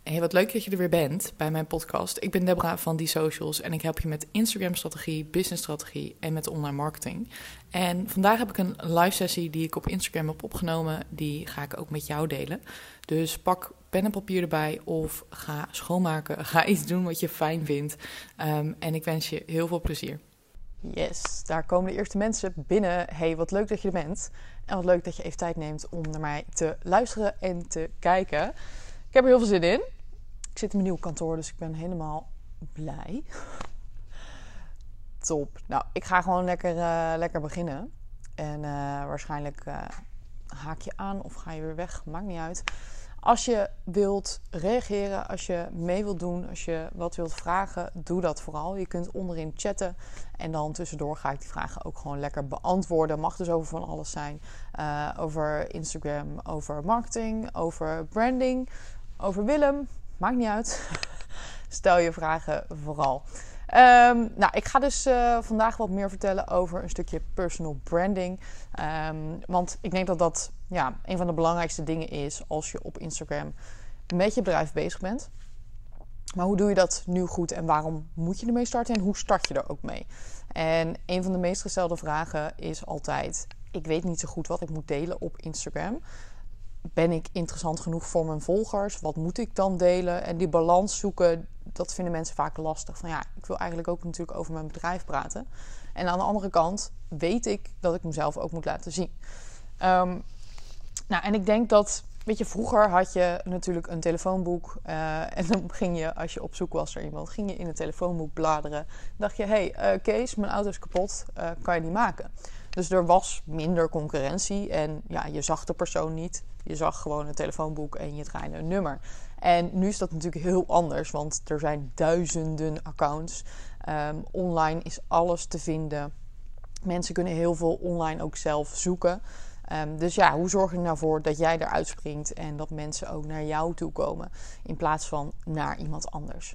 Hey, wat leuk dat je er weer bent bij mijn podcast. Ik ben Deborah van Die Socials en ik help je met Instagram-strategie, business-strategie en met online marketing. En vandaag heb ik een live sessie die ik op Instagram heb opgenomen. Die ga ik ook met jou delen. Dus pak pen en papier erbij of ga schoonmaken. Ga iets doen wat je fijn vindt. En ik wens je heel veel plezier. Yes, daar komen de eerste mensen binnen. Hey, wat leuk dat je er bent. En wat leuk dat je even tijd neemt om naar mij te luisteren en te kijken. Ik heb er heel veel zin in. Ik zit in mijn nieuw kantoor, dus ik ben helemaal blij. Top. Nou, ik ga gewoon lekker beginnen. En waarschijnlijk haak je aan of ga je weer weg. Maakt niet uit. Als je wilt reageren, als je mee wilt doen, als je wat wilt vragen, doe dat vooral. Je kunt onderin chatten en dan tussendoor ga ik die vragen ook gewoon lekker beantwoorden. Mag dus over van alles zijn. Over Instagram, over marketing, over branding, over Willem. Maakt niet uit. Stel je vragen vooral. Nou, ik ga dus vandaag wat meer vertellen over een stukje personal branding. Want ik denk dat dat een van de belangrijkste dingen is als je op Instagram met je bedrijf bezig bent. Maar hoe doe je dat nu goed en waarom moet je ermee starten en hoe start je er ook mee? En een van de meest gestelde vragen is altijd: ik weet niet zo goed wat ik moet delen op Instagram. Ben ik interessant genoeg voor mijn volgers? Wat moet ik dan delen? En die balans zoeken, dat vinden mensen vaak lastig. Van ik wil eigenlijk ook natuurlijk over mijn bedrijf praten. En aan de andere kant weet ik dat ik mezelf ook moet laten zien. En ik denk dat, weet je, vroeger had je natuurlijk een telefoonboek. En dan ging je, als je op zoek was naar iemand, ging je in het telefoonboek bladeren. Dan dacht je, hey, Kees, mijn auto is kapot. Kan je die maken? Dus er was minder concurrentie en je zag de persoon niet. Je zag gewoon een telefoonboek en je draaide een nummer. En nu is dat natuurlijk heel anders, want er zijn duizenden accounts. Online is alles te vinden. Mensen kunnen heel veel online ook zelf zoeken. Dus hoe zorg je er nou voor dat jij eruit springt en dat mensen ook naar jou toe komen in plaats van naar iemand anders?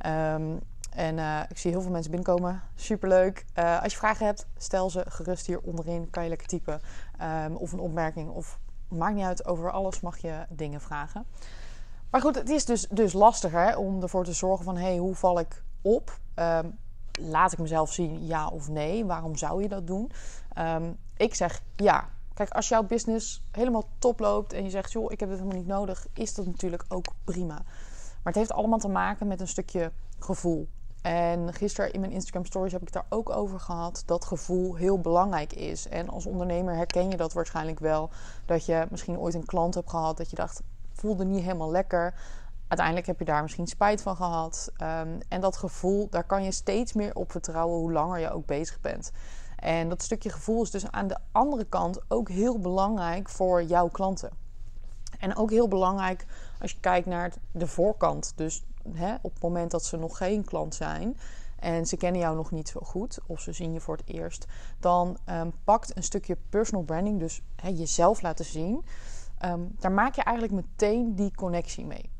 Ik zie heel veel mensen binnenkomen. Superleuk. Als je vragen hebt, stel ze gerust hier onderin. Kan je lekker typen. Of een opmerking. Of maakt niet uit. Over alles mag je dingen vragen. Maar goed, het is dus lastiger om ervoor te zorgen van: hoe val ik op? Laat ik mezelf zien, ja of nee? Waarom zou je dat doen? Ik zeg ja. Kijk, als jouw business helemaal top loopt en je zegt: joh, ik heb dit helemaal niet nodig, is dat natuurlijk ook prima. Maar het heeft allemaal te maken met een stukje gevoel. En gisteren in mijn Instagram stories heb ik het daar ook over gehad, dat gevoel heel belangrijk is. En als ondernemer herken je dat waarschijnlijk wel. Dat je misschien ooit een klant hebt gehad dat je dacht, voelde niet helemaal lekker. Uiteindelijk heb je daar misschien spijt van gehad. En dat gevoel, daar kan je steeds meer op vertrouwen hoe langer je ook bezig bent. En dat stukje gevoel is dus aan de andere kant ook heel belangrijk voor jouw klanten. En ook heel belangrijk als je kijkt naar de voorkant. Dus op het moment dat ze nog geen klant zijn en ze kennen jou nog niet zo goed of ze zien je voor het eerst, dan pakt een stukje personal branding, dus jezelf laten zien, daar maak je eigenlijk meteen die connectie mee.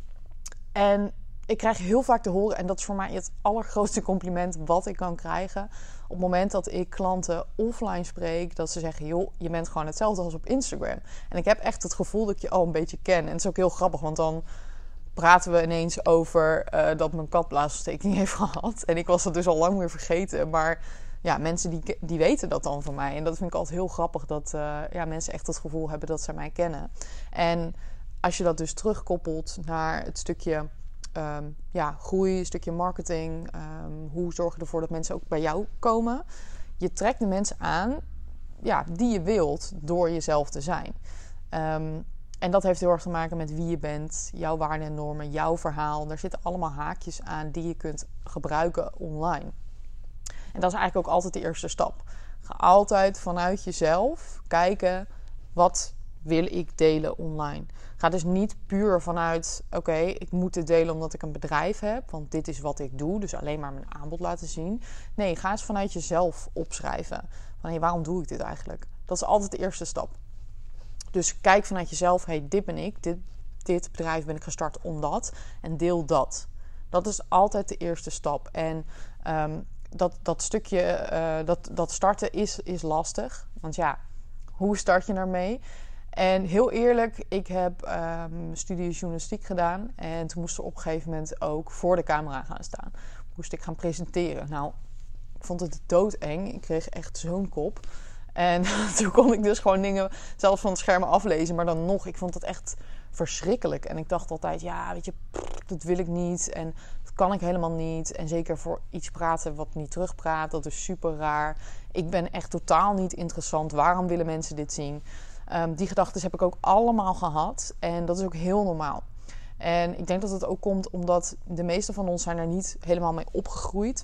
En ik krijg heel vaak te horen, en dat is voor mij het allergrootste compliment wat ik kan krijgen, op het moment dat ik klanten offline spreek, dat ze zeggen: joh, je bent gewoon hetzelfde als op Instagram. En ik heb echt het gevoel dat ik je al een beetje ken. En het is ook heel grappig, want dan praten we ineens over dat mijn kat blaasontsteking heeft gehad. En ik was dat dus al lang weer vergeten. Maar mensen die weten dat dan van mij. En dat vind ik altijd heel grappig, dat mensen echt het gevoel hebben dat ze mij kennen. En als je dat dus terugkoppelt naar het stukje groei, een stukje marketing. Hoe zorg je ervoor dat mensen ook bij jou komen? Je trekt de mensen aan die je wilt door jezelf te zijn. En dat heeft heel erg te maken met wie je bent, jouw waarden en normen, jouw verhaal. Daar zitten allemaal haakjes aan die je kunt gebruiken online. En dat is eigenlijk ook altijd de eerste stap. Ga altijd vanuit jezelf kijken: wat wil ik delen online? Ga dus niet puur vanuit: oké, ik moet dit delen omdat ik een bedrijf heb, want dit is wat ik doe, dus alleen maar mijn aanbod laten zien. Nee, ga eens vanuit jezelf opschrijven. Van waarom doe ik dit eigenlijk? Dat is altijd de eerste stap. Dus kijk vanuit jezelf: dit ben ik, dit bedrijf ben ik gestart omdat, en deel dat. Dat is altijd de eerste stap. En dat stukje, dat starten is lastig. Want hoe start je daarmee? En heel eerlijk, ik heb studie journalistiek gedaan. En toen moest er op een gegeven moment ook voor de camera gaan staan. Moest ik gaan presenteren. Nou, ik vond het doodeng. Ik kreeg echt zo'n kop. En toen kon ik dus gewoon dingen zelfs van het scherm aflezen. Maar dan nog, ik vond het echt verschrikkelijk. En ik dacht altijd, ja, weet je, dat wil ik niet. En dat kan ik helemaal niet. En zeker voor iets praten wat niet terugpraat, dat is super raar. Ik ben echt totaal niet interessant. Waarom willen mensen dit zien? Die gedachten heb ik ook allemaal gehad. En dat is ook heel normaal. En ik denk dat het ook komt omdat de meeste van ons zijn er niet helemaal mee opgegroeid.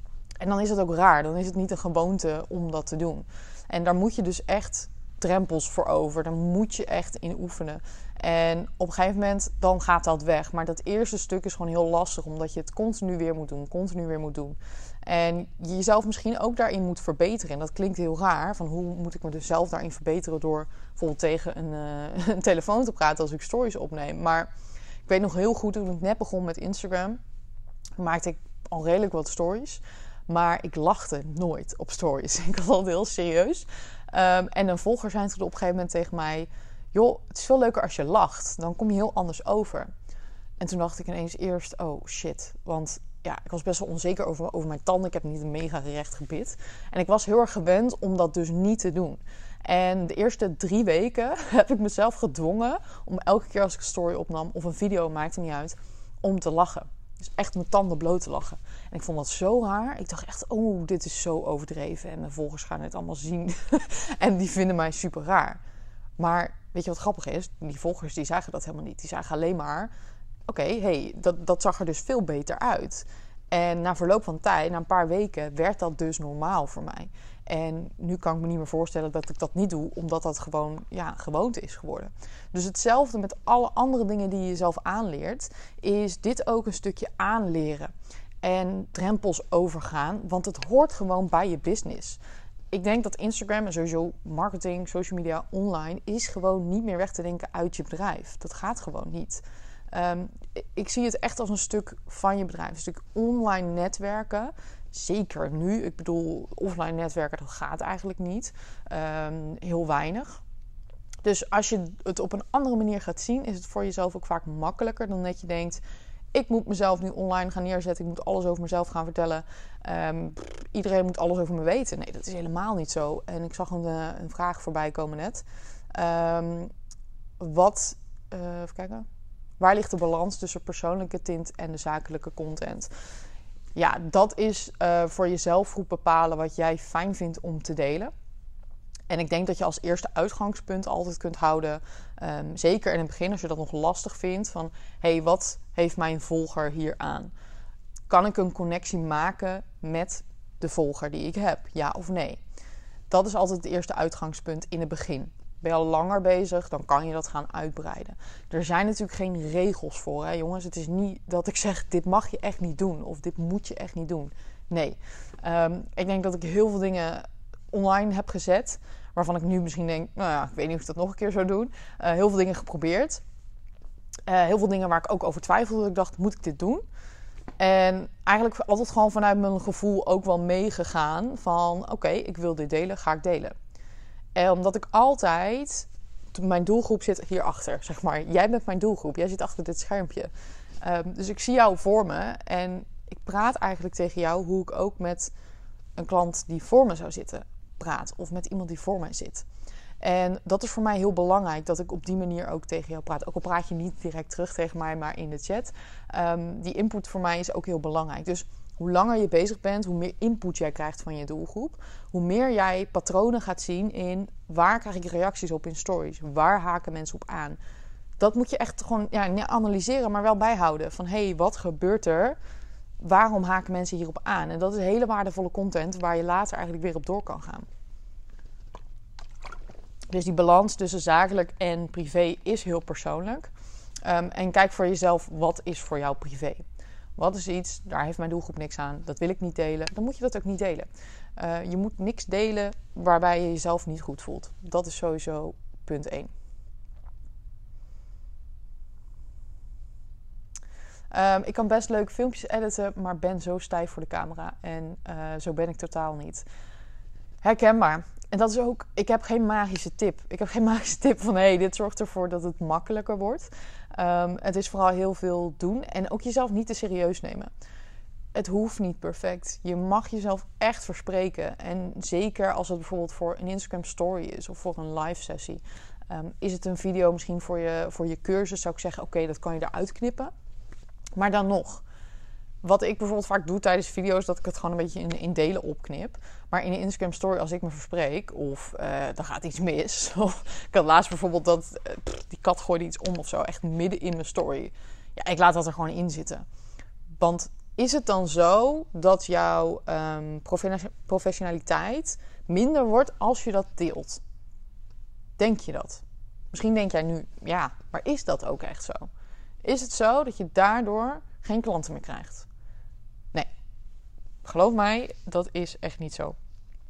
En dan is het ook raar. Dan is het niet een gewoonte om dat te doen. En daar moet je dus echt drempels voor over. Daar moet je echt in oefenen. En op een gegeven moment, dan gaat dat weg. Maar dat eerste stuk is gewoon heel lastig. Omdat je het continu weer moet doen. En je jezelf misschien ook daarin moet verbeteren. En dat klinkt heel raar. Van hoe moet ik me dus zelf daarin verbeteren door bijvoorbeeld tegen een telefoon te praten als ik stories opneem. Maar ik weet nog heel goed, toen ik net begon met Instagram, maakte ik al redelijk wat stories. Maar ik lachte nooit op stories. Ik was altijd heel serieus. En een volger zei toen op een gegeven moment tegen mij: joh, het is veel leuker als je lacht. Dan kom je heel anders over. En toen dacht ik ineens eerst, oh shit. Want ja, ik was best wel onzeker over mijn tanden. Ik heb niet een mega gerecht gebit. En ik was heel erg gewend om dat dus niet te doen. En de eerste 3 weken heb ik mezelf gedwongen om elke keer als ik een story opnam of een video, maakte niet uit, om te lachen. Dus echt mijn tanden bloot te lachen. En ik vond dat zo raar. Ik dacht echt, oh, dit is zo overdreven. En de volgers gaan het allemaal zien. En die vinden mij super raar. Maar weet je wat grappig is? Die volgers die zagen dat helemaal niet. Die zagen alleen maar, oké, dat zag er dus veel beter uit. En na verloop van tijd, na een paar weken, werd dat dus normaal voor mij. En nu kan ik me niet meer voorstellen dat ik dat niet doe, omdat dat gewoon gewoonte is geworden. Dus hetzelfde met alle andere dingen die je zelf aanleert, is dit ook een stukje aanleren. En drempels overgaan, want het hoort gewoon bij je business. Ik denk dat Instagram en sowieso marketing, social media, online, is gewoon niet meer weg te denken uit je bedrijf. Dat gaat gewoon niet. Ik zie het echt als een stuk van je bedrijf. Een stuk online netwerken. Zeker nu. Ik bedoel, offline netwerken, dat gaat eigenlijk niet. Heel weinig. Dus als je het op een andere manier gaat zien, is het voor jezelf ook vaak makkelijker dan dat je denkt: ik moet mezelf nu online gaan neerzetten. Ik moet alles over mezelf gaan vertellen. Iedereen moet alles over me weten. Nee, dat is helemaal niet zo. En ik zag een vraag voorbij komen net. Even kijken. Waar ligt de balans tussen persoonlijke tint en de zakelijke content? Ja, dat is voor jezelf goed bepalen wat jij fijn vindt om te delen. En ik denk dat je als eerste uitgangspunt altijd kunt houden, zeker in het begin als je dat nog lastig vindt, van hey, wat heeft mijn volger hier aan? Kan ik een connectie maken met de volger die ik heb? Ja of nee? Dat is altijd het eerste uitgangspunt in het begin. Ben je al langer bezig, dan kan je dat gaan uitbreiden. Er zijn natuurlijk geen regels voor, hè, jongens. Het is niet dat ik zeg, dit mag je echt niet doen of dit moet je echt niet doen. Nee. Ik denk dat ik heel veel dingen online heb gezet, waarvan ik nu misschien denk, nou ja, ik weet niet of ik dat nog een keer zou doen. Heel veel dingen geprobeerd. Heel veel dingen waar ik ook over twijfelde. Dat ik dacht, moet ik dit doen? En eigenlijk altijd gewoon vanuit mijn gevoel ook wel meegegaan van, oké, ik wil dit delen, ga ik delen. En omdat ik altijd, mijn doelgroep zit hierachter, zeg maar. Jij bent mijn doelgroep, jij zit achter dit schermpje. Dus ik zie jou voor me en ik praat eigenlijk tegen jou hoe ik ook met een klant die voor me zou zitten praat. Of met iemand die voor mij zit. En dat is voor mij heel belangrijk, dat ik op die manier ook tegen jou praat. Ook al praat je niet direct terug tegen mij, maar in de chat. Die input voor mij is ook heel belangrijk. Dus hoe langer je bezig bent, hoe meer input jij krijgt van je doelgroep. Hoe meer jij patronen gaat zien in waar krijg ik reacties op in stories. Waar haken mensen op aan. Dat moet je echt gewoon niet analyseren, maar wel bijhouden. Van hey, wat gebeurt er? Waarom haken mensen hierop aan? En dat is hele waardevolle content waar je later eigenlijk weer op door kan gaan. Dus die balans tussen zakelijk en privé is heel persoonlijk. En kijk voor jezelf, wat is voor jou privé? Wat is iets, daar heeft mijn doelgroep niks aan, dat wil ik niet delen. Dan moet je dat ook niet delen. Je moet niks delen waarbij je jezelf niet goed voelt. Dat is sowieso punt 1. Ik kan best leuke filmpjes editen, maar ben zo stijf voor de camera. En zo ben ik totaal niet. Herkenbaar. En dat is ook, ik heb geen magische tip. Ik heb geen magische tip van, dit zorgt ervoor dat het makkelijker wordt. Het is vooral heel veel doen en ook jezelf niet te serieus nemen. Het hoeft niet perfect. Je mag jezelf echt verspreken. En zeker als het bijvoorbeeld voor een Instagram story is of voor een live sessie. Is het een video misschien voor je cursus, zou ik zeggen, oké, dat kan je eruit knippen. Maar dan nog. Wat ik bijvoorbeeld vaak doe tijdens video's, dat ik het gewoon een beetje in delen opknip. Maar in een Instagram story, als ik me verspreek of dan gaat iets mis. Of ik had laatst bijvoorbeeld dat die kat gooide iets om of zo, echt midden in mijn story. Ja, ik laat dat er gewoon in zitten. Want is het dan zo dat jouw professionaliteit minder wordt als je dat deelt? Denk je dat? Misschien denk jij nu, ja, maar is dat ook echt zo? Is het zo dat je daardoor geen klanten meer krijgt? Nee, geloof mij, dat is echt niet zo.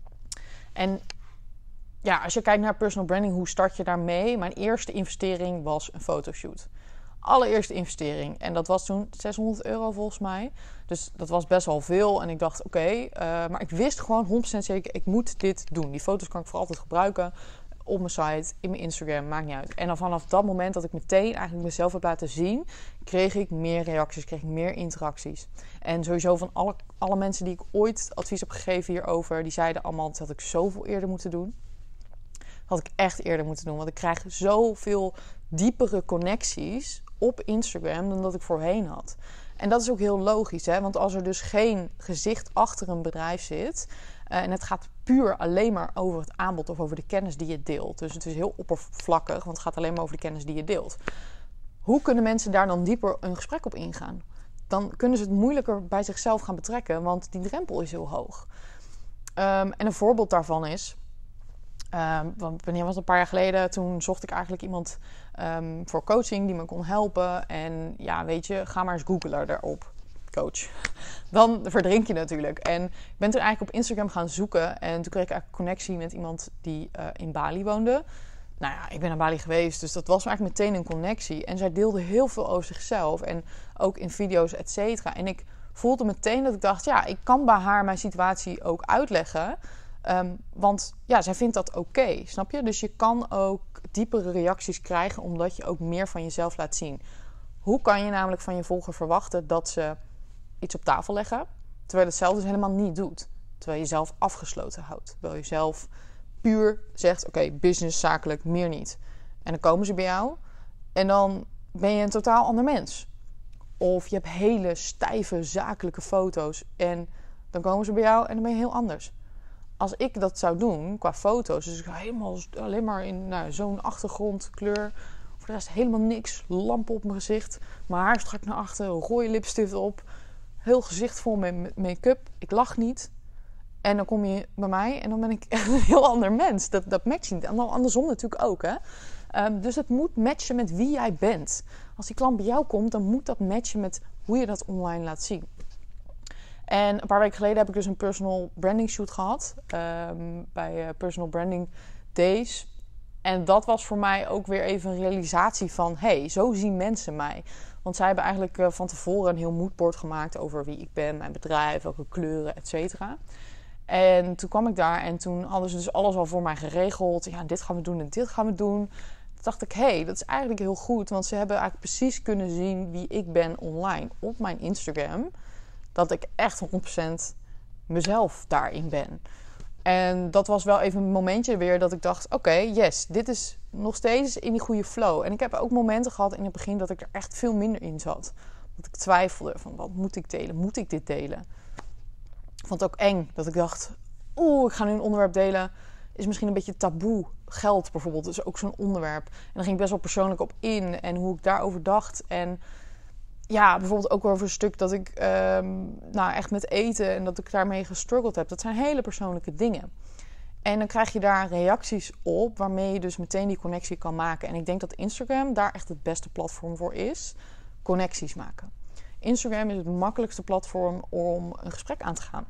En ja, als je kijkt naar personal branding, hoe start je daarmee? Mijn eerste investering was een fotoshoot. Allereerste investering. En dat was toen €600 volgens mij. Dus dat was best wel veel. En ik dacht, oké, maar ik wist gewoon 100% zeker, ik moet dit doen. Die foto's kan ik voor altijd gebruiken. Op mijn site, in mijn Instagram, maakt niet uit. En dan vanaf dat moment dat ik meteen eigenlijk mezelf heb laten zien, kreeg ik meer reacties, kreeg ik meer interacties. En sowieso van alle mensen die ik ooit advies heb gegeven hierover, die zeiden allemaal, dat had ik zoveel eerder moeten doen. Dat had ik echt eerder moeten doen. Want ik krijg zoveel diepere connecties op Instagram dan dat ik voorheen had. En dat is ook heel logisch, hè? Want als er dus geen gezicht achter een bedrijf zit, en het gaat puur alleen maar over het aanbod of over de kennis die je deelt. Dus het is heel oppervlakkig, want het gaat alleen maar over de kennis die je deelt. Hoe kunnen mensen daar dan dieper een gesprek op ingaan? Dan kunnen ze het moeilijker bij zichzelf gaan betrekken, want die drempel is heel hoog. En een voorbeeld daarvan is, want wanneer was het, een paar jaar geleden, toen zocht ik eigenlijk iemand voor coaching die me kon helpen. En ja, weet je, ga maar eens googlen daarop. Coach. Dan verdrink je natuurlijk. En ik ben toen eigenlijk op Instagram gaan zoeken. En toen kreeg ik eigenlijk connectie met iemand die in Bali woonde. Nou ja, ik ben naar Bali geweest. Dus dat was eigenlijk meteen een connectie. En zij deelde heel veel over zichzelf. En ook in video's, et cetera. En ik voelde meteen dat ik dacht, ja, ik kan bij haar mijn situatie ook uitleggen. Want ja, zij vindt dat oké, snap je? Dus je kan ook diepere reacties krijgen omdat je ook meer van jezelf laat zien. Hoe kan je namelijk van je volger verwachten dat ze iets op tafel leggen, terwijl je het zelf dus helemaal niet doet? Terwijl je jezelf afgesloten houdt. Terwijl je zelf puur zegt, oké, business, zakelijk, meer niet. En dan komen ze bij jou en dan ben je een totaal ander mens. Of je hebt hele stijve zakelijke foto's en dan komen ze bij jou en dan ben je heel anders. Als ik dat zou doen qua foto's, dus ik ga helemaal alleen maar in zo'n achtergrondkleur, voor de rest helemaal niks, lampen op mijn gezicht, mijn haar strak naar achter, rode lipstift op, heel gezicht vol met make-up, ik lach niet. En dan kom je bij mij en dan ben ik echt een heel ander mens. Dat matcht niet. En andersom natuurlijk ook, hè. Dus het moet matchen met wie jij bent. Als die klant bij jou komt, dan moet dat matchen met hoe je dat online laat zien. En een paar weken geleden heb ik dus een personal branding shoot gehad. Bij Personal Branding Days. En dat was voor mij ook weer even een realisatie van, hey, zo zien mensen mij. Want zij hebben eigenlijk van tevoren een heel moodboard gemaakt over wie ik ben, mijn bedrijf, welke kleuren, et cetera. En toen kwam ik daar en toen hadden ze dus alles al voor mij geregeld. Ja, dit gaan we doen en dit gaan we doen. Toen dacht ik, hey, dat is eigenlijk heel goed. Want ze hebben eigenlijk precies kunnen zien wie ik ben online op mijn Instagram. Dat ik echt 100% mezelf daarin ben. En dat was wel even een momentje weer dat ik dacht, oké, yes, dit is nog steeds in die goede flow. En ik heb ook momenten gehad in het begin dat ik er echt veel minder in zat. Dat ik twijfelde van, wat moet ik delen? Moet ik dit delen? Ik vond het ook eng dat ik dacht, ik ga nu een onderwerp delen. Is misschien een beetje taboe. Geld bijvoorbeeld is ook zo'n onderwerp. En daar ging ik best wel persoonlijk op in. En hoe ik daarover dacht. En ja, bijvoorbeeld ook over een stuk dat ik echt met eten en dat ik daarmee gestruggeld heb. Dat zijn hele persoonlijke dingen. En dan krijg je daar reacties op waarmee je dus meteen die connectie kan maken. En ik denk dat Instagram daar echt het beste platform voor is. Connecties maken. Instagram is het makkelijkste platform om een gesprek aan te gaan.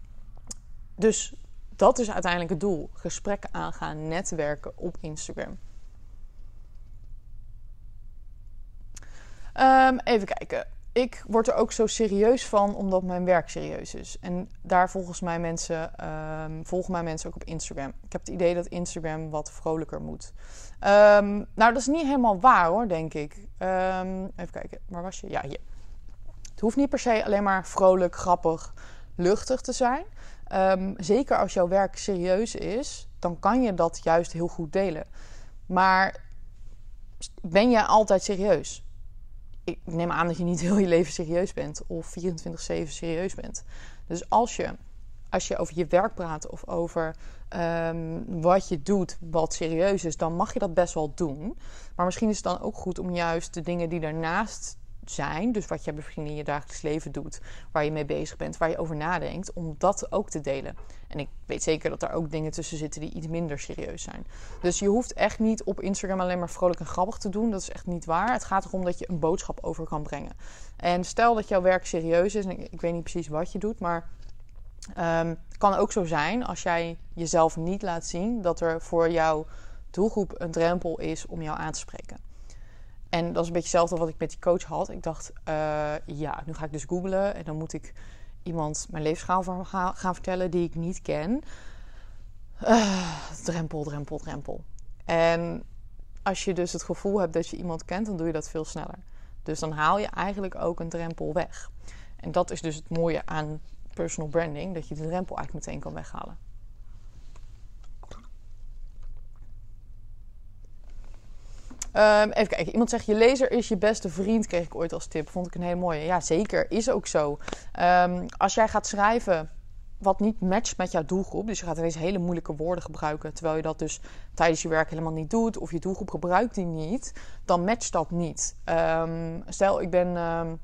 Dus dat is uiteindelijk het doel. Gesprekken aangaan, netwerken op Instagram. Even kijken. ik word er ook zo serieus van omdat mijn werk serieus is. En daar volgen mij mensen ook op Instagram. Ik heb het idee dat Instagram wat vrolijker moet. Nou, dat is niet helemaal waar hoor, denk ik. Even kijken, waar was je? Ja, hier. Het hoeft niet per se alleen maar vrolijk, grappig, luchtig te zijn. Zeker als jouw werk serieus is, dan kan je dat juist heel goed delen. Maar ben jij altijd serieus? Ik neem aan dat je niet heel je leven serieus bent of 24/7 serieus bent. Dus als je over je werk praat of over wat je doet wat serieus is, dan mag je dat best wel doen. Maar misschien is het dan ook goed om juist de dingen die daarnaast zijn, dus wat je misschien in je dagelijks leven doet, waar je mee bezig bent, waar je over nadenkt, om dat ook te delen. En ik weet zeker dat er ook dingen tussen zitten die iets minder serieus zijn. Dus je hoeft echt niet op Instagram alleen maar vrolijk en grappig te doen. Dat is echt niet waar. Het gaat erom dat je een boodschap over kan brengen. En stel dat jouw werk serieus is, en ik weet niet precies wat je doet, maar het kan ook zo zijn als jij jezelf niet laat zien, dat er voor jouw doelgroep een drempel is om jou aan te spreken. En dat is een beetje hetzelfde wat ik met die coach had. Ik dacht, nu ga ik dus googlen en dan moet ik iemand mijn levensverhaal gaan vertellen die ik niet ken. Drempel. En als je dus het gevoel hebt dat je iemand kent, dan doe je dat veel sneller. Dus dan haal je eigenlijk ook een drempel weg. En dat is dus het mooie aan personal branding, dat je de drempel eigenlijk meteen kan weghalen. Even kijken. Iemand zegt, je lezer is je beste vriend, kreeg ik ooit als tip. Vond ik een hele mooie. Ja, zeker. Is ook zo. Als jij gaat schrijven wat niet matcht met jouw doelgroep, dus je gaat ineens hele moeilijke woorden gebruiken, terwijl je dat dus tijdens je werk helemaal niet doet, of je doelgroep gebruikt die niet, dan matcht dat niet. Stel, ik ben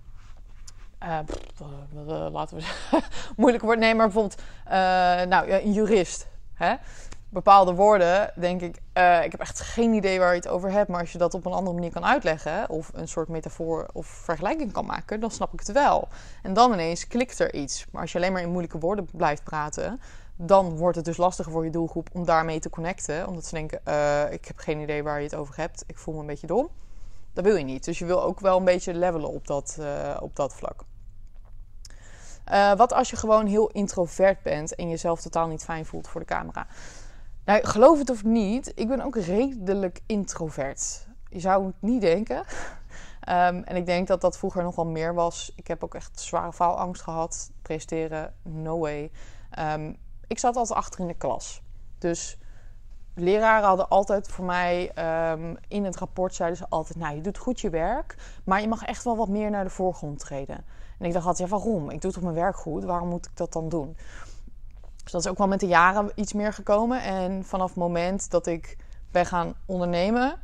laten we moeilijk woord nemen, maar bijvoorbeeld een jurist. Hè? Bepaalde woorden, denk ik, ik heb echt geen idee waar je het over hebt, maar als je dat op een andere manier kan uitleggen, of een soort metafoor of vergelijking kan maken, dan snap ik het wel. En dan ineens klikt er iets. Maar als je alleen maar in moeilijke woorden blijft praten, dan wordt het dus lastiger voor je doelgroep om daarmee te connecten. Omdat ze denken, ik heb geen idee waar je het over hebt, ik voel me een beetje dom. Dat wil je niet. Dus je wil ook wel een beetje levelen op dat vlak. Wat als je gewoon heel introvert bent en jezelf totaal niet fijn voelt voor de camera? Nou, geloof het of niet, ik ben ook redelijk introvert. Je zou het niet denken. En ik denk dat dat vroeger nog wel meer was. Ik heb ook echt zware faalangst gehad. Presenteren, no way. Ik zat altijd achter in de klas. Dus leraren hadden altijd voor mij in het rapport zeiden ze altijd, nou, je doet goed je werk, maar je mag echt wel wat meer naar de voorgrond treden. En ik dacht altijd, ja, waarom? Ik doe toch mijn werk goed, waarom moet ik dat dan doen? Dus dat is ook wel met de jaren iets meer gekomen. En vanaf het moment dat ik ben gaan ondernemen,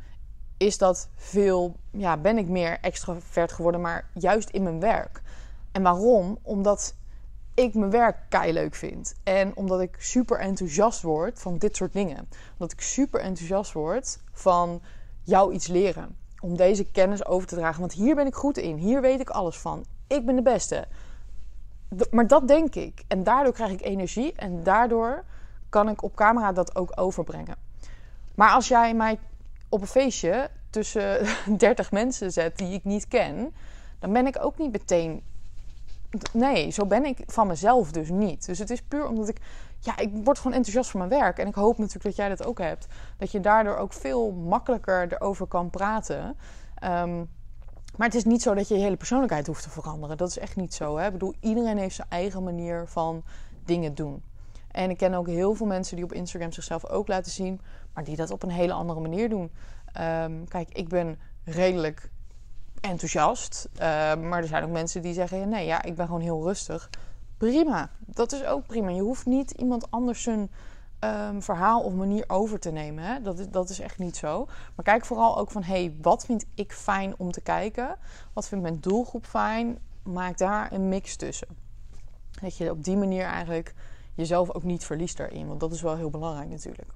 ben ik meer extravert geworden, maar juist in mijn werk. En waarom? Omdat ik mijn werk keileuk vind. En omdat ik super enthousiast word van dit soort dingen. Omdat ik super enthousiast word van jou iets leren. Om deze kennis over te dragen. Want hier ben ik goed in. Hier weet ik alles van. Ik ben de beste. Maar dat denk ik. En daardoor krijg ik energie. En daardoor kan ik op camera dat ook overbrengen. Maar als jij mij op een feestje tussen 30 mensen zet die ik niet ken, dan ben ik ook niet meteen... Nee, zo ben ik van mezelf dus niet. Dus het is puur omdat ik word gewoon enthousiast van mijn werk. En ik hoop natuurlijk dat jij dat ook hebt. Dat je daardoor ook veel makkelijker erover kan praten. Maar het is niet zo dat je je hele persoonlijkheid hoeft te veranderen. Dat is echt niet zo. Hè? Ik bedoel, iedereen heeft zijn eigen manier van dingen doen. En ik ken ook heel veel mensen die op Instagram zichzelf ook laten zien, maar die dat op een hele andere manier doen. Kijk, ik ben redelijk enthousiast. Maar er zijn ook mensen die zeggen, ik ben gewoon heel rustig. Prima, dat is ook prima. Je hoeft niet iemand anders zijn verhaal of manier over te nemen. Hè? Dat is echt niet zo. Maar kijk vooral ook van, wat vind ik fijn om te kijken? Wat vindt mijn doelgroep fijn? Maak daar een mix tussen. Dat je op die manier eigenlijk jezelf ook niet verliest daarin. Want dat is wel heel belangrijk natuurlijk.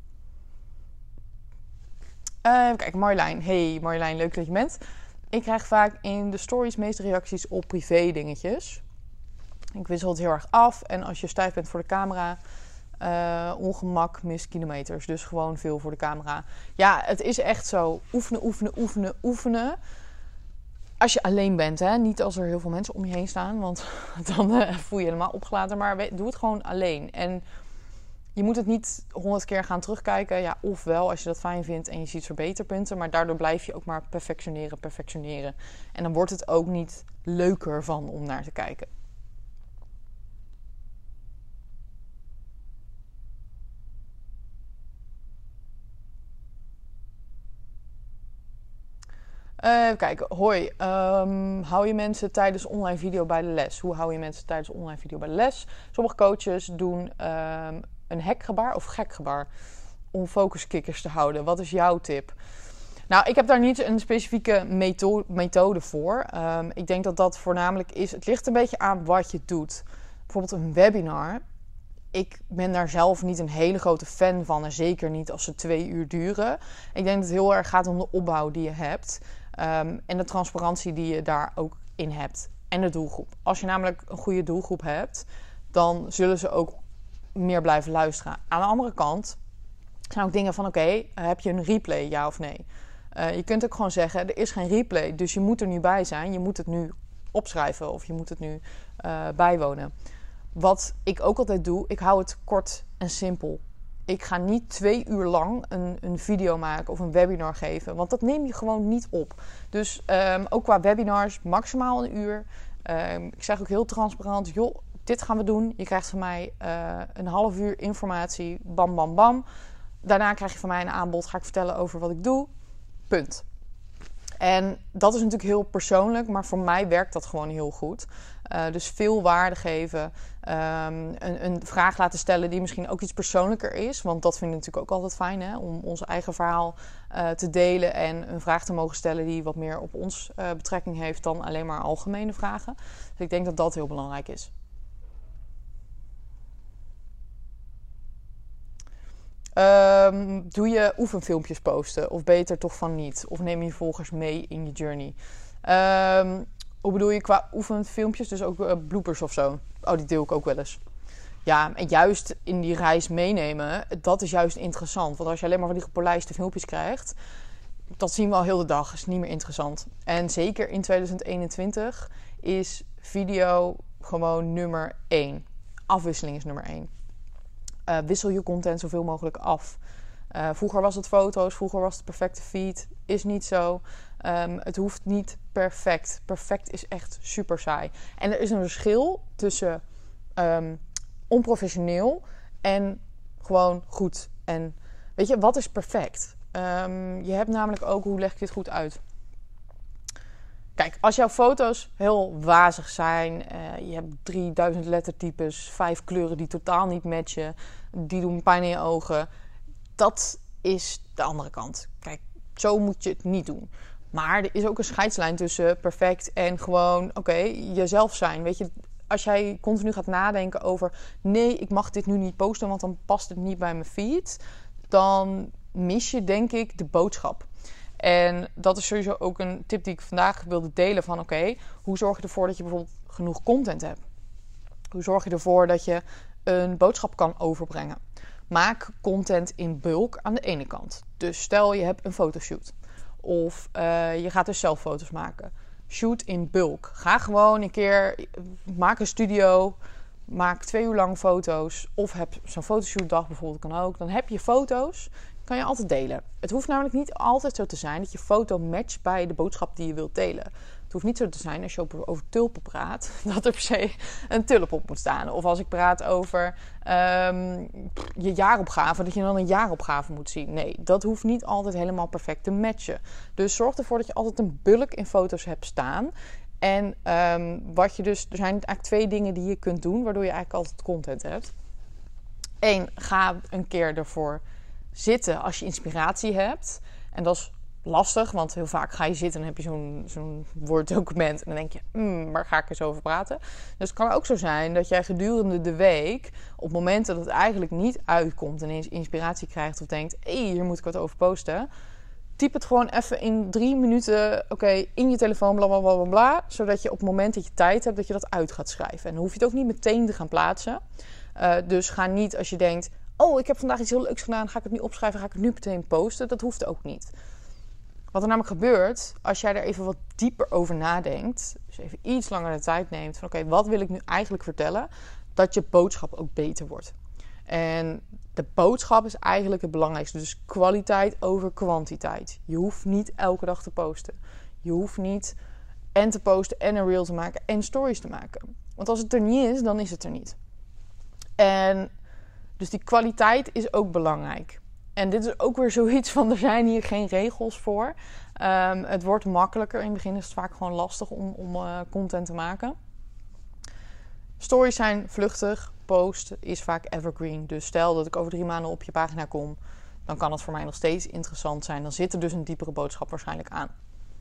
Kijk, Marjolein. Hey Marjolein, leuk dat je bent. Ik krijg vaak in de stories meeste reacties op privé dingetjes. Ik wissel het heel erg af. En als je stijf bent voor de camera, ongemak mist kilometers. Dus gewoon veel voor de camera. Ja, het is echt zo. Oefenen. Als je alleen bent, hè? Niet als er heel veel mensen om je heen staan, want dan voel je je helemaal opgelaten. Maar doe het gewoon alleen. En je moet het niet 100 keer gaan terugkijken. Ja, ofwel als je dat fijn vindt en je ziet verbeterpunten. Maar daardoor blijf je ook maar perfectioneren. En dan wordt het ook niet leuker van om naar te kijken. Even kijken. Hoi. Hou je mensen tijdens online video bij de les? Hoe hou je mensen tijdens online video bij de les? Sommige coaches doen een hekgebaar of gekgebaar om focuskikkers te houden. Wat is jouw tip? Nou, ik heb daar niet een specifieke methode voor. Ik denk dat dat voornamelijk is... Het ligt een beetje aan wat je doet. Bijvoorbeeld een webinar. Ik ben daar zelf niet een hele grote fan van. En zeker niet als ze 2 uur duren. Ik denk dat het heel erg gaat om de opbouw die je hebt. En de transparantie die je daar ook in hebt. En de doelgroep. Als je namelijk een goede doelgroep hebt... dan zullen ze ook meer blijven luisteren. Aan de andere kant zijn ook dingen van... Oké, heb je een replay, ja of nee? Je kunt ook gewoon zeggen... er is geen replay, dus je moet er nu bij zijn. Je moet het nu opschrijven of je moet het nu bijwonen. Wat ik ook altijd doe... ik hou het kort en simpel. Ik ga niet 2 uur lang een video maken of een webinar geven. Want dat neem je gewoon niet op. Dus ook qua webinars maximaal 1 uur. Ik zeg ook heel transparant... joh, dit gaan we doen. Je krijgt van mij een half uur informatie. Bam, bam, bam. Daarna krijg je van mij een aanbod. Ga ik vertellen over wat ik doe. Punt. En dat is natuurlijk heel persoonlijk. Maar voor mij werkt dat gewoon heel goed. Dus veel waarde geven. Een vraag laten stellen die misschien ook iets persoonlijker is. Want dat vind ik natuurlijk ook altijd fijn. Hè? Om ons eigen verhaal te delen. En een vraag te mogen stellen die wat meer op ons betrekking heeft. Dan alleen maar algemene vragen. Dus ik denk dat dat heel belangrijk is. Doe je oefenfilmpjes posten? Of beter toch van niet? Of neem je volgers mee in je journey? Hoe bedoel je qua oefenfilmpjes? Dus ook bloopers of zo? Oh, die deel ik ook wel eens. Ja, en juist in die reis meenemen, dat is juist interessant. Want als je alleen maar van die gepolijste filmpjes krijgt... dat zien we al heel de dag, is niet meer interessant. En zeker in 2021 is video gewoon nummer 1. Afwisseling is nummer 1. Wissel je content zoveel mogelijk af. Vroeger was het foto's, vroeger was het perfecte feed. Is niet zo. Het hoeft niet perfect. Perfect is echt super saai. En er is een verschil tussen onprofessioneel en gewoon goed. En weet je, wat is perfect? Je hebt namelijk ook, hoe leg ik dit goed uit? Kijk, als jouw foto's heel wazig zijn, je hebt 3000 lettertypes, 5 kleuren die totaal niet matchen, die doen pijn in je ogen. Dat is de andere kant. Kijk, zo moet je het niet doen. Maar er is ook een scheidslijn tussen perfect en gewoon, jezelf zijn. Weet je, als jij continu gaat nadenken over, nee, ik mag dit nu niet posten, want dan past het niet bij mijn feed, dan mis je denk ik de boodschap. En dat is sowieso ook een tip die ik vandaag wilde delen van hoe zorg je ervoor dat je bijvoorbeeld genoeg content hebt? Hoe zorg je ervoor dat je een boodschap kan overbrengen? Maak content in bulk aan de ene kant. Dus stel je hebt een fotoshoot. Of je gaat dus zelf foto's maken. Shoot in bulk. Ga gewoon een keer, maak een studio. Maak 2 uur lang foto's. Of heb zo'n fotoshootdag bijvoorbeeld, kan ook. Dan heb je foto's, kan je altijd delen. Het hoeft namelijk niet altijd zo te zijn dat je foto matcht bij de boodschap die je wilt delen. Het hoeft niet zo te zijn als je over tulpen praat, dat er per se een tulp op moet staan. Of als ik praat over je jaaropgave, dat je dan een jaaropgave moet zien. Nee, dat hoeft niet altijd helemaal perfect te matchen. Dus zorg ervoor dat je altijd een bulk in foto's hebt staan. En er zijn eigenlijk 2 dingen die je kunt doen, waardoor je eigenlijk altijd content hebt. 1, ga een keer ervoor zitten als je inspiratie hebt. En dat is lastig, want heel vaak ga je zitten en heb je zo'n Word-document. En dan denk je, waar ga ik eens over praten? Dus het kan ook zo zijn dat jij gedurende de week, op momenten dat het eigenlijk niet uitkomt, ineens inspiratie krijgt of denkt, hier moet ik wat over posten. Typ het gewoon even in 3 minuten, in je telefoon, bla bla bla bla, zodat je op het moment dat je tijd hebt, dat je dat uit gaat schrijven. En dan hoef je het ook niet meteen te gaan plaatsen. Dus ga niet als je denkt, ik heb vandaag iets heel leuks gedaan, ga ik het nu opschrijven, ga ik het nu meteen posten. Dat hoeft ook niet. Wat er namelijk gebeurt, als jij er even wat dieper over nadenkt, dus even iets langer de tijd neemt van oké, wat wil ik nu eigenlijk vertellen, dat je boodschap ook beter wordt. En de boodschap is eigenlijk het belangrijkste. Dus kwaliteit over kwantiteit. Je hoeft niet elke dag te posten. Je hoeft niet en te posten en een reel te maken en stories te maken. Want als het er niet is, dan is het er niet. En dus die kwaliteit is ook belangrijk. En dit is ook weer zoiets van, er zijn hier geen regels voor. Het wordt makkelijker. In het begin is het vaak gewoon lastig om content te maken. Stories zijn vluchtig. Post is vaak evergreen. Dus stel dat ik over 3 maanden op je pagina kom, dan kan het voor mij nog steeds interessant zijn. Dan zit er dus een diepere boodschap waarschijnlijk aan.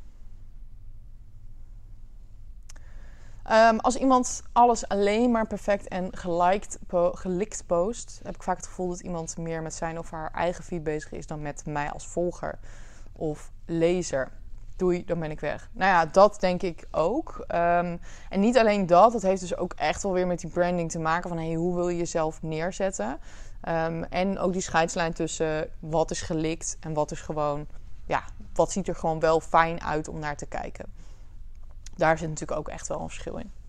Als iemand alles alleen maar perfect en gelikt post, heb ik vaak het gevoel dat iemand meer met zijn of haar eigen feed bezig is dan met mij als volger of lezer. Doei, dan ben ik weg. Nou ja, dat denk ik ook. En niet alleen dat, het heeft dus ook echt wel weer met die branding te maken van hoe wil je jezelf neerzetten. En ook die scheidslijn tussen wat is gelikt en wat is gewoon, ja, wat ziet er gewoon wel fijn uit om naar te kijken. Daar zit natuurlijk ook echt wel een verschil in.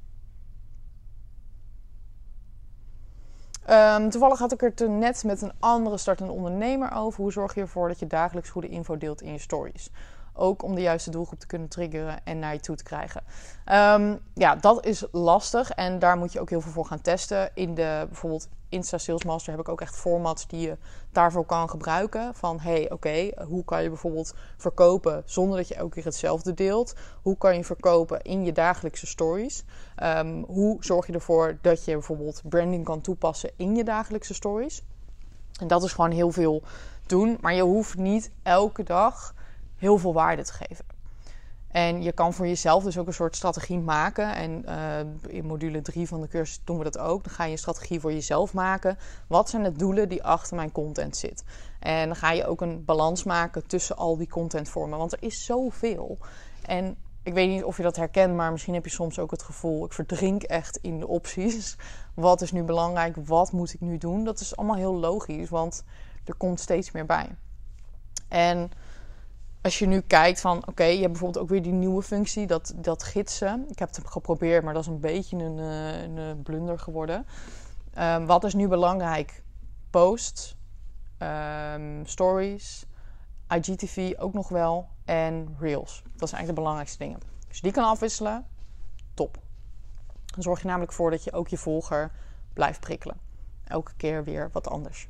Toevallig had ik het er net met een andere startende ondernemer over. Hoe zorg je ervoor dat je dagelijks goede info deelt in je stories? Ook om de juiste doelgroep te kunnen triggeren en naar je toe te krijgen. Ja, dat is lastig en daar moet je ook heel veel voor gaan testen. In de bijvoorbeeld Insta Sales Master heb ik ook echt formats die je daarvoor kan gebruiken. Van hoe kan je bijvoorbeeld verkopen zonder dat je elke keer hetzelfde deelt? Hoe kan je verkopen in je dagelijkse stories? Hoe zorg je ervoor dat je bijvoorbeeld branding kan toepassen in je dagelijkse stories? En dat is gewoon heel veel doen, maar je hoeft niet elke dag heel veel waarde te geven. En je kan voor jezelf dus ook een soort strategie maken. En in module 3 van de cursus doen we dat ook. Dan ga je een strategie voor jezelf maken. Wat zijn de doelen die achter mijn content zit? En dan ga je ook een balans maken tussen al die contentvormen. Want er is zoveel. En ik weet niet of je dat herkent, maar misschien heb je soms ook het gevoel, ik verdrink echt in de opties. Wat is nu belangrijk? Wat moet ik nu doen? Dat is allemaal heel logisch, want er komt steeds meer bij. En als je nu kijkt van, je hebt bijvoorbeeld ook weer die nieuwe functie, dat gidsen. Ik heb het geprobeerd, maar dat is een beetje een blunder geworden. Wat is nu belangrijk? Post, stories, IGTV ook nog wel en reels. Dat zijn eigenlijk de belangrijkste dingen. Als je die kan afwisselen, top. Dan zorg je namelijk voor dat je ook je volger blijft prikkelen. Elke keer weer wat anders.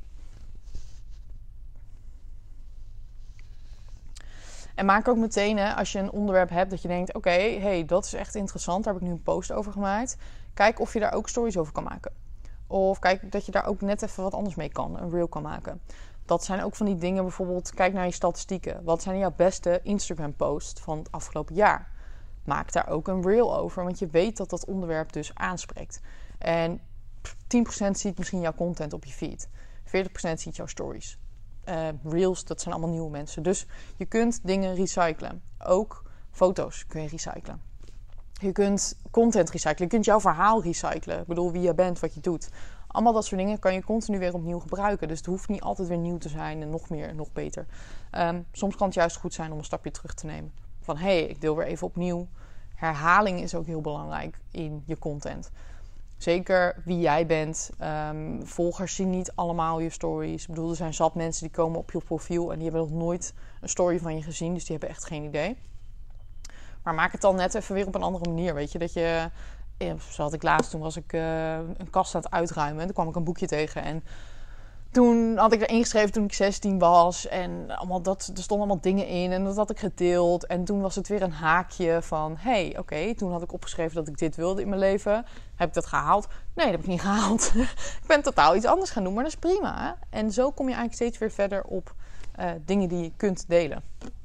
En maak ook meteen, als je een onderwerp hebt dat je denkt, dat is echt interessant, daar heb ik nu een post over gemaakt. Kijk of je daar ook stories over kan maken. Of kijk dat je daar ook net even wat anders mee kan, een reel kan maken. Dat zijn ook van die dingen, bijvoorbeeld kijk naar je statistieken. Wat zijn jouw beste Instagram posts van het afgelopen jaar? Maak daar ook een reel over, want je weet dat dat onderwerp dus aanspreekt. En 10% ziet misschien jouw content op je feed. 40% ziet jouw stories. Reels, dat zijn allemaal nieuwe mensen. Dus je kunt dingen recyclen. Ook foto's kun je recyclen. Je kunt content recyclen. Je kunt jouw verhaal recyclen. Ik bedoel, wie je bent, wat je doet. Allemaal dat soort dingen kan je continu weer opnieuw gebruiken. Dus het hoeft niet altijd weer nieuw te zijn en nog meer en nog beter. Soms kan het juist goed zijn om een stapje terug te nemen. Van ik deel weer even opnieuw. Herhaling is ook heel belangrijk in je content. Zeker wie jij bent. Volgers zien niet allemaal je stories. Ik bedoel, er zijn zat mensen die komen op je profiel en die hebben nog nooit een story van je gezien. Dus die hebben echt geen idee. Maar maak het dan net even weer op een andere manier. Weet je, dat je... Zo had ik laatst, toen was ik een kast aan het uitruimen. En toen kwam ik een boekje tegen. En toen had ik er ingeschreven toen ik 16 was. En er stonden allemaal dingen in. En dat had ik gedeeld. En toen was het weer een haakje van... Toen had ik opgeschreven dat ik dit wilde in mijn leven. Heb ik dat gehaald? Nee, dat heb ik niet gehaald. Ik ben totaal iets anders gaan doen. Maar dat is prima. Hè? En zo kom je eigenlijk steeds weer verder op dingen die je kunt delen.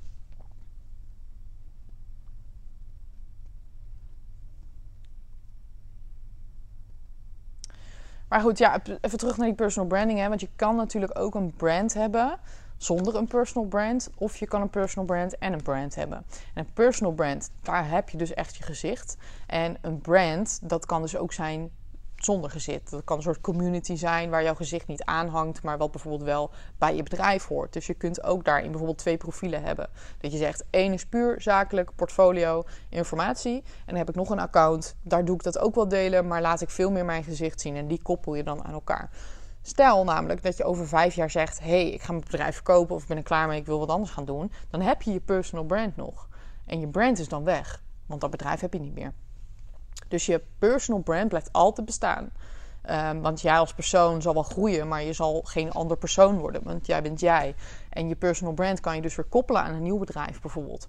Maar goed, ja, even terug naar die personal branding. Hè? Want je kan natuurlijk ook een brand hebben zonder een personal brand. Of je kan een personal brand en een brand hebben. En een personal brand, daar heb je dus echt je gezicht. En een brand, dat kan dus ook zijn zonder gezicht. Dat kan een soort community zijn waar jouw gezicht niet aanhangt, maar wat bijvoorbeeld wel bij je bedrijf hoort. Dus je kunt ook daarin bijvoorbeeld 2 profielen hebben. Dat je zegt, 1 is puur zakelijk, portfolio, informatie. En dan heb ik nog een account, daar doe ik dat ook wel delen, maar laat ik veel meer mijn gezicht zien. En die koppel je dan aan elkaar. Stel namelijk dat je over 5 jaar zegt, ik ga mijn bedrijf verkopen of ik ben er klaar mee, ik wil wat anders gaan doen. Dan heb je je personal brand nog. En je brand is dan weg, want dat bedrijf heb je niet meer. Dus je personal brand blijft altijd bestaan. Want jij als persoon zal wel groeien, maar je zal geen ander persoon worden. Want jij bent jij. En je personal brand kan je dus weer koppelen aan een nieuw bedrijf bijvoorbeeld.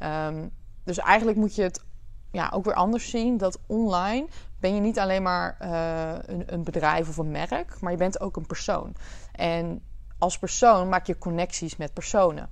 Dus eigenlijk moet je het ook weer anders zien. Dat online ben je niet alleen maar een bedrijf of een merk, maar je bent ook een persoon. En als persoon maak je connecties met personen.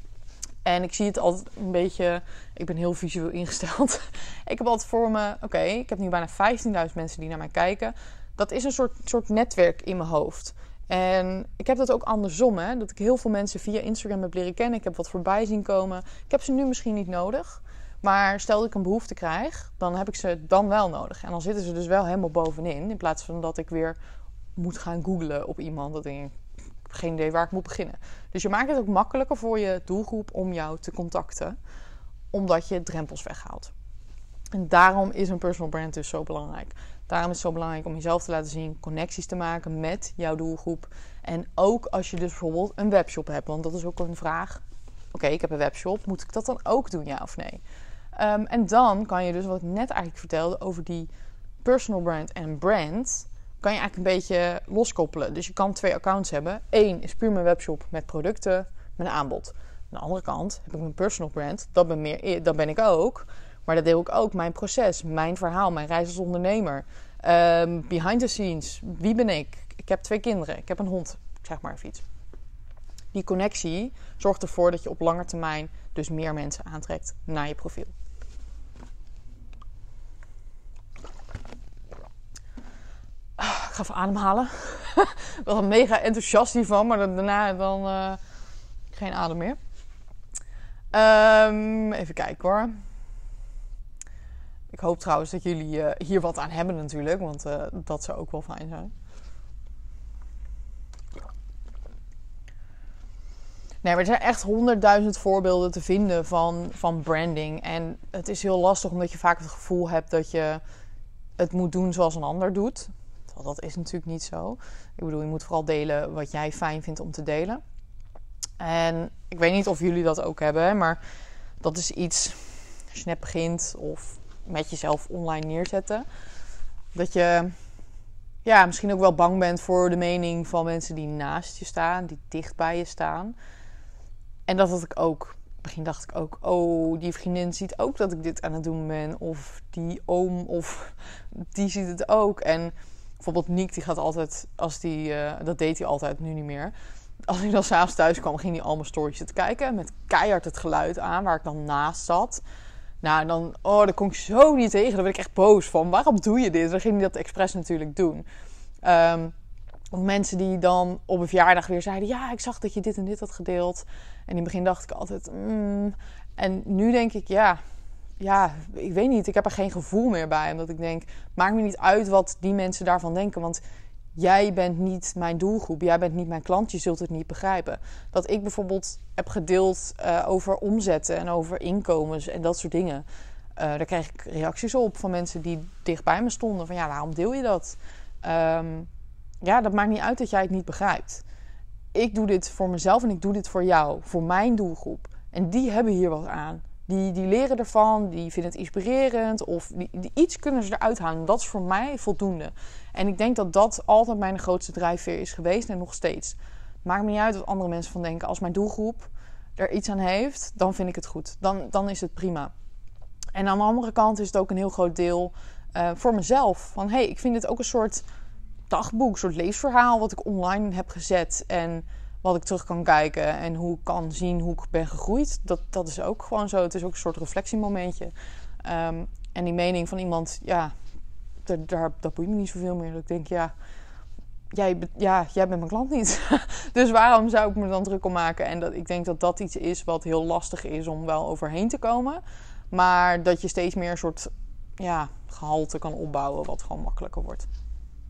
En ik zie het altijd een beetje, ik ben heel visueel ingesteld. Ik heb altijd voor me, ik heb nu bijna 15.000 mensen die naar mij kijken. Dat is een soort netwerk in mijn hoofd. En ik heb dat ook andersom, dat ik heel veel mensen via Instagram heb leren kennen. Ik heb wat voorbij zien komen. Ik heb ze nu misschien niet nodig. Maar stel dat ik een behoefte krijg, dan heb ik ze dan wel nodig. En dan zitten ze dus wel helemaal bovenin. In plaats van dat ik weer moet gaan googlen op iemand. Dat ik geen idee waar ik moet beginnen. Dus je maakt het ook makkelijker voor je doelgroep om jou te contacten. Omdat je drempels weghaalt. En daarom is een personal brand dus zo belangrijk. Daarom is het zo belangrijk om jezelf te laten zien, connecties te maken met jouw doelgroep. En ook als je dus bijvoorbeeld een webshop hebt. Want dat is ook een vraag. Ik heb een webshop. Moet ik dat dan ook doen, ja of nee? En dan kan je dus, wat ik net eigenlijk vertelde over die personal brand en brand, kan je eigenlijk een beetje loskoppelen. Dus je kan 2 accounts hebben. 1 is puur mijn webshop met producten, met een aanbod. Aan de andere kant heb ik mijn personal brand. Dat ben ik ook. Maar dat deel ik ook. Mijn proces, mijn verhaal, mijn reis als ondernemer. Behind the scenes. Wie ben ik? Ik heb 2 kinderen. Ik heb een hond. Ik zeg maar even iets. Die connectie zorgt ervoor dat je op lange termijn dus meer mensen aantrekt naar je profiel. Ik ga even ademhalen. Ik was mega enthousiast hiervan, maar daarna geen adem meer. Even kijken hoor. Ik hoop trouwens dat jullie hier wat aan hebben natuurlijk, want dat zou ook wel fijn zijn. Nee, maar er zijn echt 100.000 voorbeelden te vinden van branding. En het is heel lastig omdat je vaak het gevoel hebt dat je het moet doen zoals een ander doet. Want dat is natuurlijk niet zo. Ik bedoel, je moet vooral delen wat jij fijn vindt om te delen. En ik weet niet of jullie dat ook hebben, maar dat is iets, als je net begint of met jezelf online neerzetten, dat je misschien ook wel bang bent voor de mening van mensen die naast je staan, die dicht bij je staan. En dat had ik ook. In het begin dacht ik ook, die vriendin ziet ook dat ik dit aan het doen ben. Of die oom, of die ziet het ook. En bijvoorbeeld Niek, die gaat altijd, dat deed hij altijd, nu niet meer. Als hij dan s'avonds thuis kwam, ging hij al mijn stories te kijken. Met keihard het geluid aan, waar ik dan naast zat. Nou, dan kon ik zo niet tegen. Dan werd ik echt boos van, waarom doe je dit? Dan ging hij dat expres natuurlijk doen. Of mensen die dan op een verjaardag weer zeiden, ja, ik zag dat je dit en dit had gedeeld. En in het begin dacht ik altijd, En nu denk ik, ik weet niet. Ik heb er geen gevoel meer bij. Omdat ik denk, maakt me niet uit wat die mensen daarvan denken. Want jij bent niet mijn doelgroep. Jij bent niet mijn klant. Je zult het niet begrijpen. Dat ik bijvoorbeeld heb gedeeld over omzetten en over inkomens en dat soort dingen. Daar kreeg ik reacties op van mensen die dicht bij me stonden. Van waarom deel je dat? Dat maakt niet uit dat jij het niet begrijpt. Ik doe dit voor mezelf en ik doe dit voor jou. Voor mijn doelgroep. En die hebben hier wat aan. Die leren ervan, die vinden het inspirerend. Of iets kunnen ze eruit halen. Dat is voor mij voldoende. En ik denk dat dat altijd mijn grootste drijfveer is geweest en nog steeds. Maakt me niet uit wat andere mensen van denken. Als mijn doelgroep er iets aan heeft, dan vind ik het goed. Dan is het prima. En aan de andere kant is het ook een heel groot deel voor mezelf. Van ik vind het ook een soort dagboek, een soort leesverhaal wat ik online heb gezet. En wat ik terug kan kijken en hoe ik kan zien hoe ik ben gegroeid. Dat is ook gewoon zo. Het is ook een soort reflectiemomentje. En die mening van iemand, dat boeit me niet zoveel meer. Dat ik denk, jij bent mijn klant niet. Dus waarom zou ik me dan druk om maken? En ik denk dat dat iets is wat heel lastig is om wel overheen te komen. Maar dat je steeds meer een soort gehalte kan opbouwen wat gewoon makkelijker wordt.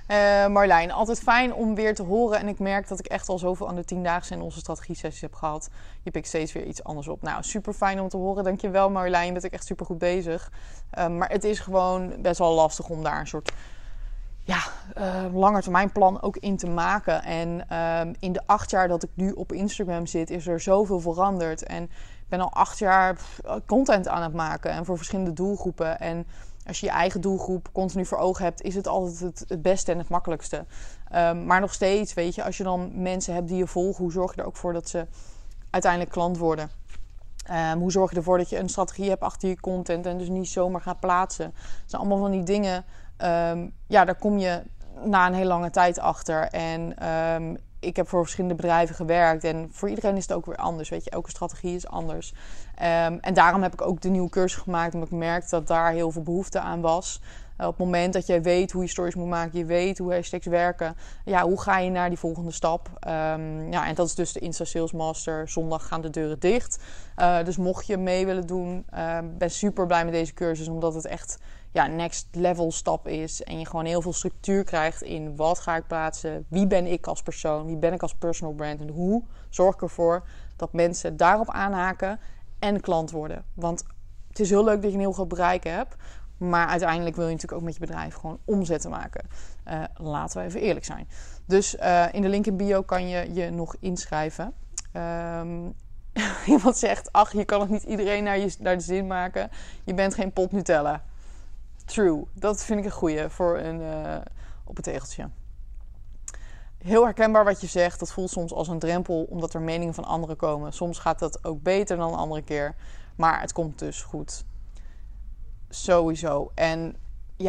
Marlijn, altijd fijn om weer te horen. En ik merk dat ik echt al zoveel aan de 10-daagse en onze strategie-sessies heb gehad. Je pikt steeds weer iets anders op. Nou, super fijn om te horen. Dankjewel Marlijn, je bent ook echt super goed bezig. Maar het is gewoon best wel lastig om daar een soort langetermijnplan ook in te maken. En in de 8 jaar dat ik nu op Instagram zit, is er zoveel veranderd. En ik ben al 8 jaar content aan het maken. En voor verschillende doelgroepen. En als je je eigen doelgroep continu voor ogen hebt, is het altijd het beste en het makkelijkste. Maar nog steeds, weet je, als je dan mensen hebt die je volgen, hoe zorg je er ook voor dat ze uiteindelijk klant worden? Hoe zorg je ervoor dat je een strategie hebt achter je content en dus niet zomaar gaat plaatsen? Dat zijn allemaal van die dingen. Daar kom je na een hele lange tijd achter. En ik heb voor verschillende bedrijven gewerkt. En voor iedereen is het ook weer anders. Weet je, elke strategie is anders. En daarom heb ik ook de nieuwe cursus gemaakt. Omdat ik merkte dat daar heel veel behoefte aan was. Op het moment dat je weet hoe je stories moet maken. Je weet hoe hashtags werken. Ja, hoe ga je naar die volgende stap? En dat is dus de Insta Sales Master. Zondag gaan de deuren dicht. Dus mocht je mee willen doen. Ben super blij met deze cursus. Omdat het echt next level stap is. En je gewoon heel veel structuur krijgt in wat ga ik plaatsen. Wie ben ik als persoon? Wie ben ik als personal brand? En hoe zorg ik ervoor dat mensen daarop aanhaken en klant worden? Want het is heel leuk dat je een heel groot bereik hebt. Maar uiteindelijk wil je natuurlijk ook met je bedrijf gewoon omzetten maken. Laten we even eerlijk zijn. Dus in de link in bio kan je je nog inschrijven. Iemand zegt, ach, je kan het niet iedereen naar de zin maken. Je bent geen pot Nutella. True, dat vind ik een goeie voor op het tegeltje. Heel herkenbaar wat je zegt. Dat voelt soms als een drempel omdat er meningen van anderen komen. Soms gaat dat ook beter dan een andere keer. Maar het komt dus goed. Sowieso. En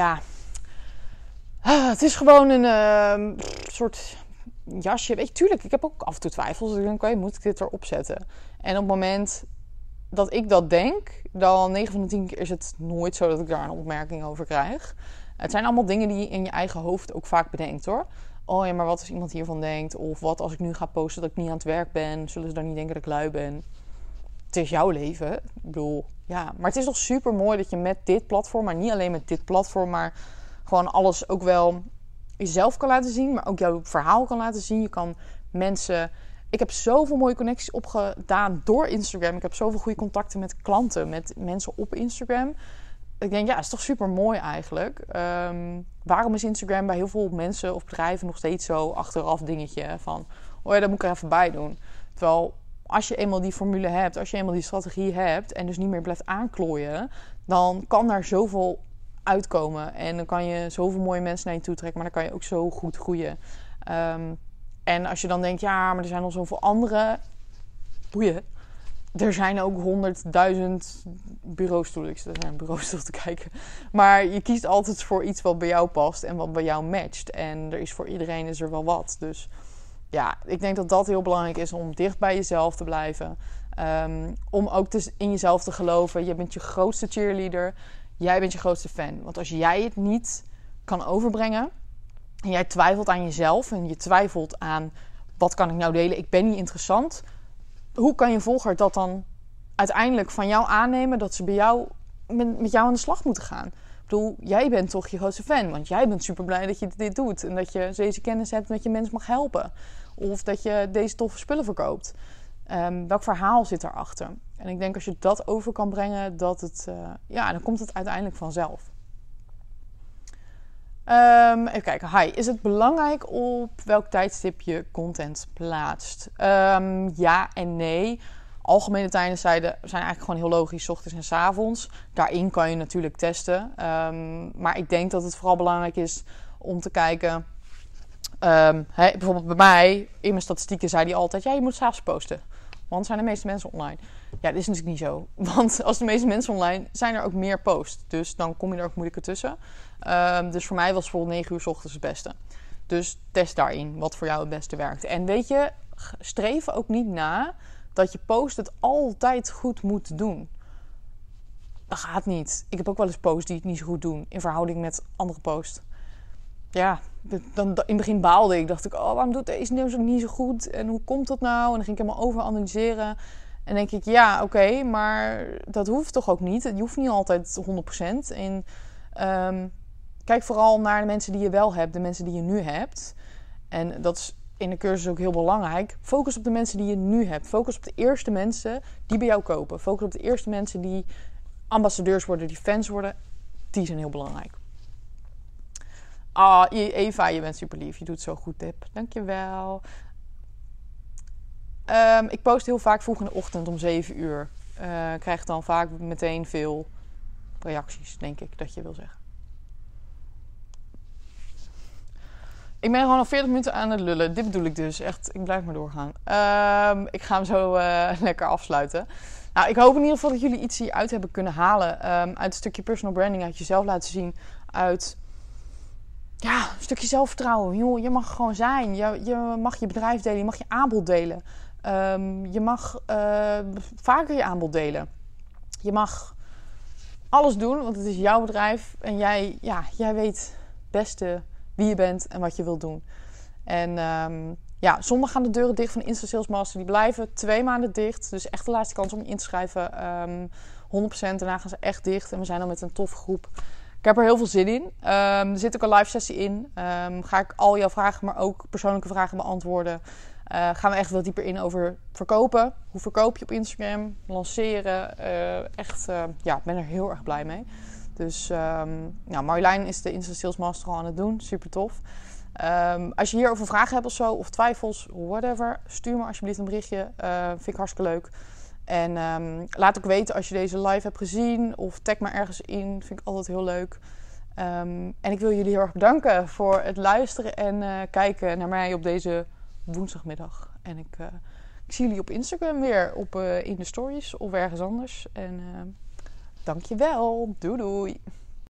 het is gewoon een soort jasje. Weet je, tuurlijk, ik heb ook af en toe twijfels. Ik denk, oké, moet ik dit erop zetten? En op het moment dat ik dat denk, dan 9 van de 10 keer is het nooit zo dat ik daar een opmerking over krijg. Het zijn allemaal dingen die je in je eigen hoofd ook vaak bedenkt, hoor. Oh ja, maar wat als iemand hiervan denkt? Of wat als ik nu ga posten dat ik niet aan het werk ben? Zullen ze dan niet denken dat ik lui ben? Het is jouw leven. Ik bedoel, maar het is toch super mooi dat je met dit platform, maar niet alleen met dit platform, maar gewoon alles ook wel jezelf kan laten zien, maar ook jouw verhaal kan laten zien. Je kan mensen... Ik heb zoveel mooie connecties opgedaan door Instagram. Ik heb zoveel goede contacten met klanten, met mensen op Instagram. Ik denk, het is toch super mooi eigenlijk. Waarom is Instagram bij heel veel mensen of bedrijven nog steeds zo achteraf dingetje van, oh ja, dat moet ik er even bij doen. Terwijl als je eenmaal die formule hebt, als je eenmaal die strategie hebt en dus niet meer blijft aanklooien, dan kan daar zoveel uitkomen. En dan kan je zoveel mooie mensen naar je toe trekken, maar dan kan je ook zo goed groeien. En als je dan denkt, maar er zijn al zoveel andere boeien. Er zijn ook 100.000 bureaustoelen. Ik zit naar een bureaustoel te kijken. Maar je kiest altijd voor iets wat bij jou past en wat bij jou matcht. En er is voor iedereen is er wel wat. Dus ik denk dat dat heel belangrijk is om dicht bij jezelf te blijven. Om ook in jezelf te geloven. Je bent je grootste cheerleader. Jij bent je grootste fan. Want als jij het niet kan overbrengen en jij twijfelt aan jezelf en je twijfelt aan wat kan ik nou delen? Ik ben niet interessant. Hoe kan je volger dat dan uiteindelijk van jou aannemen dat ze bij jou met jou aan de slag moeten gaan? Ik bedoel, jij bent toch je grootste fan. Want jij bent super blij dat je dit doet. En dat je deze kennis hebt en dat je mensen mag helpen. Of dat je deze toffe spullen verkoopt. Welk verhaal zit daarachter? En ik denk als je dat over kan brengen, dat het, dan komt het uiteindelijk vanzelf. Even kijken. Hi, is het belangrijk op welk tijdstip je content plaatst? Ja en nee. Algemene tijden zijn eigenlijk gewoon heel logisch, 's ochtends en 's avonds. Daarin kan je natuurlijk testen. Maar ik denk dat het vooral belangrijk is om te kijken. Bijvoorbeeld bij mij, in mijn statistieken zei hij altijd, je moet 's avonds posten. Want zijn de meeste mensen online? Ja, dat is natuurlijk niet zo. Want als de meeste mensen online zijn er ook meer posts. Dus dan kom je er ook moeilijker tussen. Dus voor mij was bijvoorbeeld 9 uur 's ochtends het beste. Dus test daarin wat voor jou het beste werkt. En weet je, streef ook niet na dat je post het altijd goed moet doen. Dat gaat niet. Ik heb ook wel eens posts die het niet zo goed doen in verhouding met andere posts. Ja, dan, in het begin baalde ik. Dacht ik, waarom doet deze nieuws ook niet zo goed? En hoe komt dat nou? En dan ging ik helemaal over analyseren. En denk ik, oké, maar dat hoeft toch ook niet? Je hoeft niet altijd 100%. En kijk vooral naar de mensen die je wel hebt, de mensen die je nu hebt. En dat is in de cursus ook heel belangrijk. Focus op de mensen die je nu hebt. Focus op de eerste mensen die bij jou kopen. Focus op de eerste mensen die ambassadeurs worden, die fans worden. Die zijn heel belangrijk. Eva, je bent super lief. Je doet zo goed, Tip. Dankjewel. Ik post heel vaak vroeg in de ochtend om 7 uur. Krijg dan vaak meteen veel reacties, denk ik, dat je wil zeggen. Ik ben gewoon al 40 minuten aan het lullen. Dit bedoel ik dus. Echt, ik blijf maar doorgaan. Ik ga hem zo lekker afsluiten. Nou, ik hoop in ieder geval dat jullie iets hieruit hebben kunnen halen. Uit een stukje personal branding, uit jezelf laten zien. Uit een stukje zelfvertrouwen. Joh, je mag gewoon zijn. Je mag je bedrijf delen. Je mag je aanbod delen. Je mag vaker je aanbod delen. Je mag alles doen, want het is jouw bedrijf. En jij weet het beste wie je bent en wat je wilt doen. En zondag gaan de deuren dicht van de Insta Sales Master. Die blijven 2 maanden dicht. Dus echt de laatste kans om je in te schrijven. 100%. Daarna gaan ze echt dicht. En we zijn dan met een toffe groep. Ik heb er heel veel zin in. Er zit ook een live sessie in. Ga ik al jouw vragen, maar ook persoonlijke vragen beantwoorden. Gaan we echt wat dieper in over verkopen. Hoe verkoop je op Instagram? Lanceren. Ik ben er heel erg blij mee. Dus Marjolein is de Insta Sales Master al aan het doen. Super tof. Als je hierover vragen hebt of zo, of twijfels, whatever, stuur me alsjeblieft een berichtje. Vind ik hartstikke leuk. En laat ook weten als je deze live hebt gezien. Of tag me ergens in. Vind ik altijd heel leuk. En ik wil jullie heel erg bedanken voor het luisteren en kijken naar mij op deze woensdagmiddag. En ik zie jullie op Instagram weer. In de stories of ergens anders. En dankjewel. Doei doei.